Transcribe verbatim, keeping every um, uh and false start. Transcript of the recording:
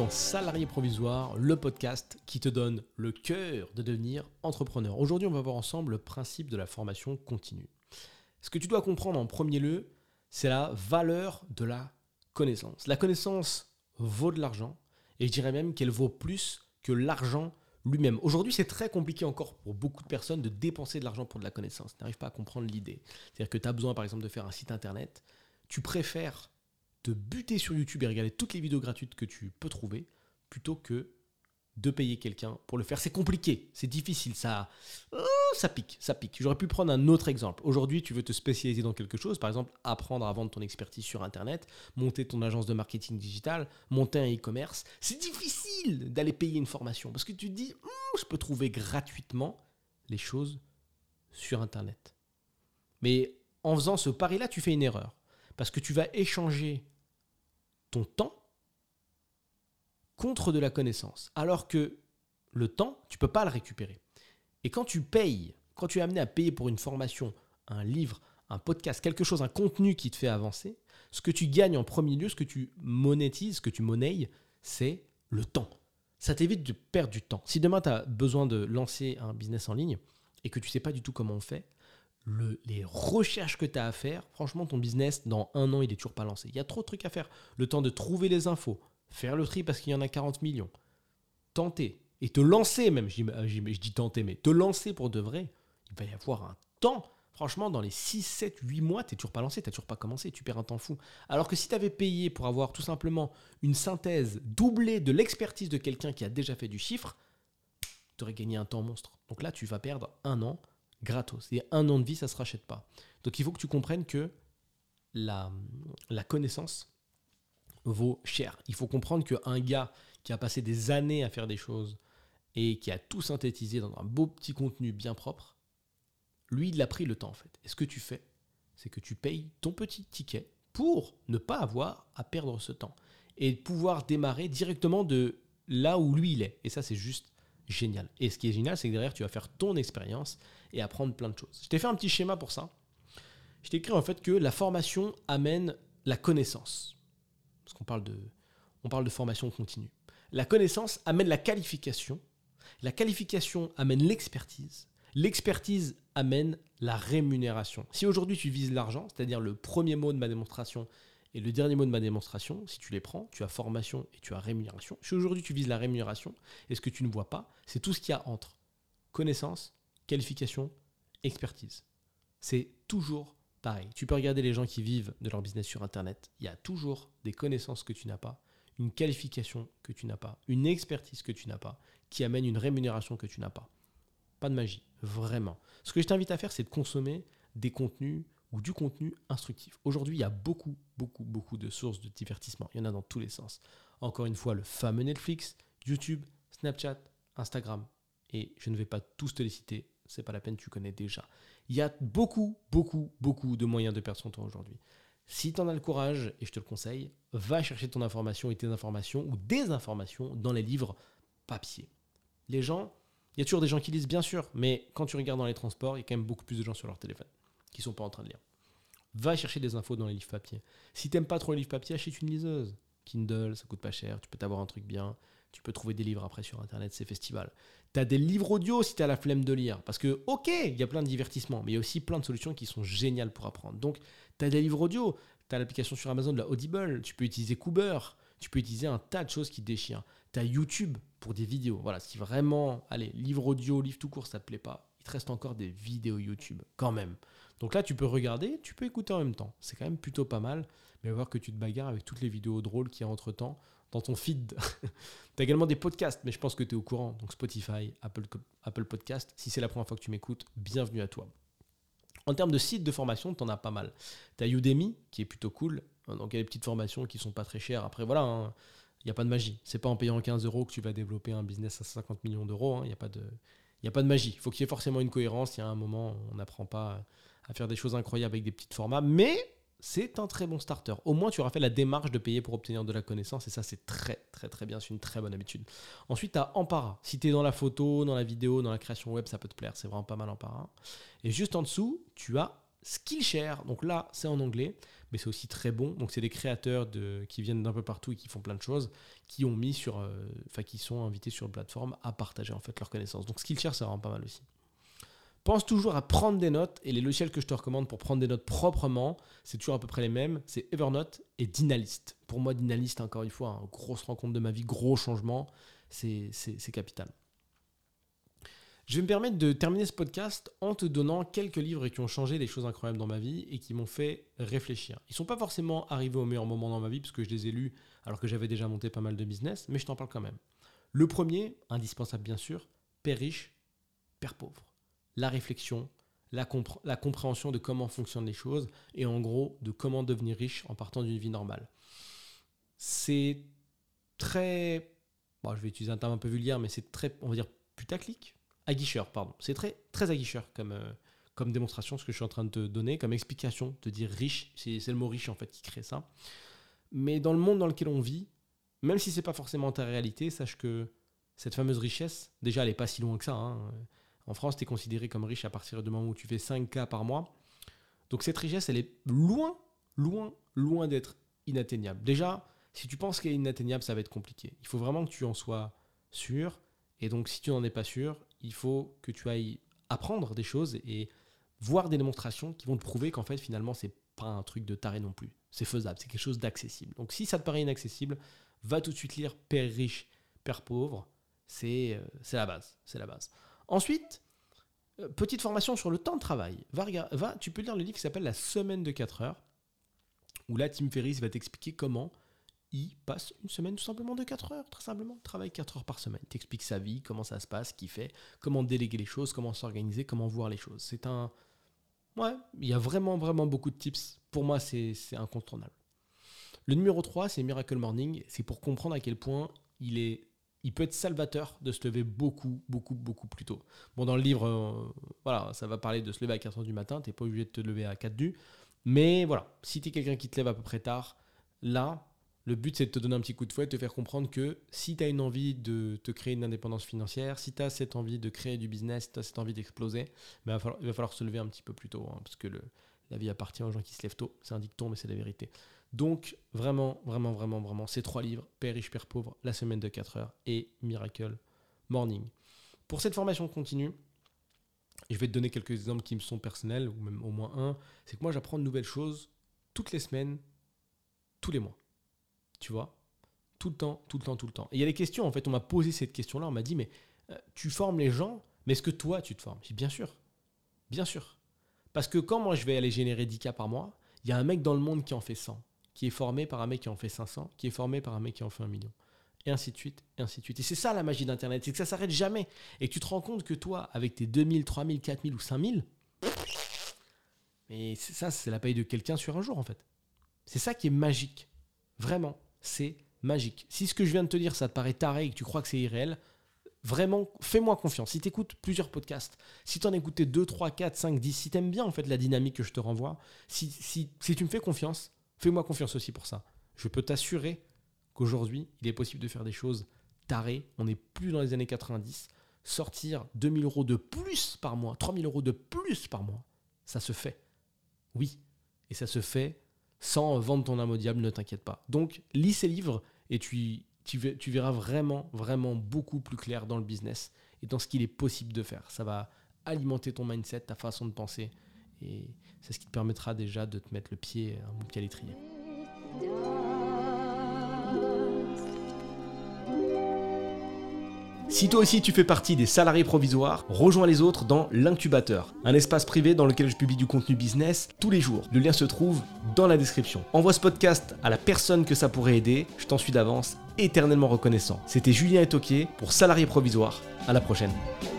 dans Salarié Provisoire, le podcast qui te donne le cœur de devenir entrepreneur. Aujourd'hui, on va voir ensemble le principe de la formation continue. Ce que tu dois comprendre en premier lieu, c'est la valeur de la connaissance. La connaissance vaut de l'argent et je dirais même qu'elle vaut plus que l'argent lui-même. Aujourd'hui, c'est très compliqué encore pour beaucoup de personnes de dépenser de l'argent pour de la connaissance. Tu n'arrives pas à comprendre l'idée. C'est-à-dire que tu as besoin, par exemple, de faire un site internet. Tu préfères te buter sur YouTube et regarder toutes les vidéos gratuites que tu peux trouver plutôt que de payer quelqu'un pour le faire. C'est compliqué, c'est difficile, ça, oh, ça pique, ça pique. J'aurais pu prendre un autre exemple. Aujourd'hui, tu veux te spécialiser dans quelque chose, par exemple, apprendre à vendre ton expertise sur Internet, monter ton agence de marketing digital, monter un e-commerce. C'est difficile d'aller payer une formation parce que tu te dis, hm, je peux trouver gratuitement les choses sur Internet. Mais en faisant ce pari-là, tu fais une erreur parce que tu vas échanger ton temps contre de la connaissance. Alors que le temps, tu ne peux pas le récupérer. Et quand tu payes, quand tu es amené à payer pour une formation, un livre, un podcast, quelque chose, un contenu qui te fait avancer, ce que tu gagnes en premier lieu, ce que tu monétises, ce que tu monnayes, c'est le temps. Ça t'évite de perdre du temps. Si demain tu as besoin de lancer un business en ligne et que tu ne sais pas du tout comment on fait, Le, les recherches que tu as à faire, franchement, ton business, dans un an, il n'est toujours pas lancé. Il y a trop de trucs à faire. Le temps de trouver les infos, faire le tri parce qu'il y en a quarante millions, tenter et te lancer même, je dis, je dis tenter, mais te lancer pour de vrai, il va y avoir un temps. Franchement, dans les six, sept, huit mois, tu n'es toujours pas lancé, tu n'as toujours pas commencé, tu perds un temps fou. Alors que si tu avais payé pour avoir tout simplement une synthèse doublée de l'expertise de quelqu'un qui a déjà fait du chiffre, tu aurais gagné un temps monstre. Donc là, tu vas perdre un an gratos. Et un an de vie, ça ne se rachète pas. Donc il faut que tu comprennes que la, la connaissance vaut cher. Il faut comprendre qu'un gars qui a passé des années à faire des choses et qui a tout synthétisé dans un beau petit contenu bien propre, lui, il a pris le temps en fait. Et ce que tu fais, c'est que tu payes ton petit ticket pour ne pas avoir à perdre ce temps et pouvoir démarrer directement de là où lui, il est. Et ça, c'est juste génial. Et ce qui est génial, c'est que derrière, tu vas faire ton expérience et apprendre plein de choses. Je t'ai fait un petit schéma pour ça. Je t'ai écrit en fait que la formation amène la connaissance. Parce qu'on parle de, on parle de formation continue. La connaissance amène la qualification. La qualification amène l'expertise. L'expertise amène la rémunération. Si aujourd'hui tu vises l'argent, c'est-à-dire le premier mot de ma démonstration et le dernier mot de ma démonstration, si tu les prends, tu as formation et tu as rémunération. Si aujourd'hui tu vises la rémunération, et ce que tu ne vois pas, c'est tout ce qu'il y a entre connaissance, qualification, expertise. C'est toujours pareil. Tu peux regarder les gens qui vivent de leur business sur Internet. Il y a toujours des connaissances que tu n'as pas, une qualification que tu n'as pas, une expertise que tu n'as pas, qui amène une rémunération que tu n'as pas. Pas de magie, vraiment. Ce que je t'invite à faire, c'est de consommer des contenus ou du contenu instructif. Aujourd'hui, il y a beaucoup, beaucoup, beaucoup de sources de divertissement. Il y en a dans tous les sens. Encore une fois, le fameux Netflix, YouTube, Snapchat, Instagram. Et je ne vais pas tous te les citer. C'est pas la peine, tu connais déjà. Il y a beaucoup, beaucoup, beaucoup de moyens de perdre son temps aujourd'hui. Si tu en as le courage, et je te le conseille, va chercher ton information et tes informations ou des informations dans les livres papier. Les gens, il y a toujours des gens qui lisent, bien sûr, mais quand tu regardes dans les transports, il y a quand même beaucoup plus de gens sur leur téléphone qui ne sont pas en train de lire. Va chercher des infos dans les livres papier. Si tu n'aimes pas trop les livres papier, achète une liseuse. Kindle, ça coûte pas cher, tu peux t'avoir un truc bien. Tu peux trouver des livres après sur Internet, c'est festival. Tu as des livres audio si tu as la flemme de lire. Parce que, ok, il y a plein de divertissements, mais il y a aussi plein de solutions qui sont géniales pour apprendre. Donc, tu as des livres audio, tu as l'application sur Amazon de la Audible, tu peux utiliser Cooper, tu peux utiliser un tas de choses qui te déchirent. Tu as YouTube pour des vidéos. Voilà, si vraiment, allez, livre audio, livre tout court, ça ne te plaît pas, il te reste encore des vidéos YouTube, quand même. Donc là, tu peux regarder, tu peux écouter en même temps. C'est quand même plutôt pas mal, mais va voir que tu te bagarres avec toutes les vidéos drôles qu'il y a entre-temps dans ton feed. Tu as également des podcasts, mais je pense que tu es au courant. Donc Spotify, Apple, Apple Podcast. Si c'est la première fois que tu m'écoutes, bienvenue à toi. En termes de sites de formation, tu en as pas mal. Tu as Udemy, qui est plutôt cool. Donc il y a des petites formations qui ne sont pas très chères. Après, voilà, hein, il n'y a pas de magie. Ce n'est pas en payant quinze euros que tu vas développer un business à cinquante millions d'euros. Hein. Il n'y a pas de, il n'y a pas de magie. Il faut qu'il y ait forcément une cohérence. Il y a un moment, on n'apprend pas à faire des choses incroyables avec des petits formats. Mais c'est un très bon starter. Au moins, tu auras fait la démarche de payer pour obtenir de la connaissance. Et ça, c'est très, très, très bien. C'est une très bonne habitude. Ensuite, tu as Ampara. Si tu es dans la photo, dans la vidéo, dans la création web, ça peut te plaire. C'est vraiment pas mal Ampara. Et juste en dessous, tu as Skillshare, donc là c'est en anglais, mais c'est aussi très bon. Donc c'est des créateurs de, qui viennent d'un peu partout et qui font plein de choses, qui ont mis sur, euh, enfin qui sont invités sur une plateforme à partager en fait leurs connaissances. Donc Skillshare, c'est vraiment pas mal aussi. Pense toujours à prendre des notes, et les logiciels que je te recommande pour prendre des notes proprement, c'est toujours à peu près les mêmes, c'est Evernote et Dynalist. Pour moi, Dynalist, encore une fois, une grosse rencontre de ma vie, gros changement, c'est, c'est, c'est capital. Je vais me permettre de terminer ce podcast en te donnant quelques livres qui ont changé des choses incroyables dans ma vie et qui m'ont fait réfléchir. Ils ne sont pas forcément arrivés au meilleur moment dans ma vie parce que je les ai lus alors que j'avais déjà monté pas mal de business, mais je t'en parle quand même. Le premier, indispensable bien sûr, Père riche, Père pauvre. La réflexion, la, compr- la compréhension de comment fonctionnent les choses et en gros de comment devenir riche en partant d'une vie normale. C'est très, bon, je vais utiliser un terme un peu vulgaire, mais c'est très, on va dire, putaclic, aguicheur, pardon. C'est très, très aguicheur comme, euh, comme démonstration, ce que je suis en train de te donner, comme explication, de dire riche, c'est, c'est le mot riche en fait qui crée ça. Mais dans le monde dans lequel on vit, même si c'est pas forcément ta réalité, sache que cette fameuse richesse, déjà elle est pas si loin que ça, hein. En France, tu es considéré comme riche à partir du moment où tu fais cinq K par mois. Donc cette richesse, elle est loin, loin, loin d'être inatteignable. Déjà, si tu penses qu'elle est inatteignable, ça va être compliqué. Il faut vraiment que tu en sois sûr. Et donc, si tu n'en es pas sûr, il faut que tu ailles apprendre des choses et voir des démonstrations qui vont te prouver qu'en fait, finalement, c'est pas un truc de taré non plus. C'est faisable, c'est quelque chose d'accessible. Donc, si ça te paraît inaccessible, va tout de suite lire Père riche, Père pauvre. C'est, euh, c'est la base, c'est la base. Ensuite, euh, petite formation sur le temps de travail. Va, va, tu peux lire le livre qui s'appelle La semaine de quatre heures, où là, Tim Ferriss va t'expliquer comment il passe une semaine tout simplement de quatre heures, très simplement. Travaille quatre heures par semaine. T'explique sa vie, comment ça se passe, ce qu'il fait, comment déléguer les choses, comment s'organiser, comment voir les choses. C'est un... Ouais, il y a vraiment, vraiment beaucoup de tips. Pour moi, c'est, c'est incontournable. Le numéro trois, c'est Miracle Morning. C'est pour comprendre à quel point il est... Il peut être salvateur de se lever beaucoup, beaucoup, beaucoup plus tôt. Bon, dans le livre, euh, voilà, ça va parler de se lever à quatre heures du matin. Tu n'es pas obligé de te lever à quatre du. Mais voilà, si tu es quelqu'un qui te lève à peu près tard, là, le but, c'est de te donner un petit coup de fouet, de te faire comprendre que si tu as une envie de te créer une indépendance financière, si tu as cette envie de créer du business, si tu as cette envie d'exploser, ben, il, va falloir, il va falloir se lever un petit peu plus tôt. Hein, parce que le, la vie appartient aux gens qui se lèvent tôt. C'est un dicton, mais c'est la vérité. Donc, vraiment, vraiment, vraiment, vraiment, ces trois livres, Père riche, Père pauvre, La semaine de quatre heures et Miracle Morning. Pour cette formation continue, je vais te donner quelques exemples qui me sont personnels, ou même au moins un, c'est que moi, j'apprends de nouvelles choses toutes les semaines, tous les mois. Tu vois ? Tout le temps, tout le temps, tout le temps. Et il y a des questions, en fait, on m'a posé cette question-là, on m'a dit, mais euh, tu formes les gens, mais est-ce que toi, tu te formes ? J'ai dit, bien sûr, bien sûr. Parce que quand moi, je vais aller générer dix K par mois, il y a un mec dans le monde qui en fait cent. Qui est formé par un mec qui en fait cinq cents, qui est formé par un mec qui en fait un million. Et ainsi de suite, et ainsi de suite. Et c'est ça la magie d'Internet, c'est que ça ne s'arrête jamais. Et que tu te rends compte que toi, avec tes deux mille, trois mille, quatre mille ou cinq mille, mais c'est ça, c'est la paye de quelqu'un sur un jour en fait. C'est ça qui est magique. Vraiment, c'est magique. Si ce que je viens de te dire, ça te paraît taré et que tu crois que c'est irréel, vraiment, fais-moi confiance. Si tu écoutes plusieurs podcasts, si tu en écoutais deux, trois, quatre, cinq, dix, si tu aimes bien en fait la dynamique que je te renvoie, si, si, si tu me fais confiance, fais-moi confiance aussi pour ça. Je peux t'assurer qu'aujourd'hui, il est possible de faire des choses tarées. On n'est plus dans les années quatre-vingt-dix. Sortir deux mille euros de plus par mois, trois mille euros de plus par mois, ça se fait. Oui, et ça se fait sans vendre ton âme au diable, ne t'inquiète pas. Donc, lis ces livres et tu, tu, tu verras vraiment, vraiment beaucoup plus clair dans le business et dans ce qu'il est possible de faire. Ça va alimenter ton mindset, ta façon de penser. Et c'est ce qui te permettra déjà de te mettre le pied, un bon pied à l'étrier. Si toi aussi tu fais partie des salariés provisoires, rejoins les autres dans l'incubateur, un espace privé dans lequel je publie du contenu business tous les jours. Le lien se trouve dans la description. Envoie ce podcast à la personne que ça pourrait aider, je t'en suis d'avance éternellement reconnaissant. C'était Julien Etoquier pour Salariés provisoires, à la prochaine.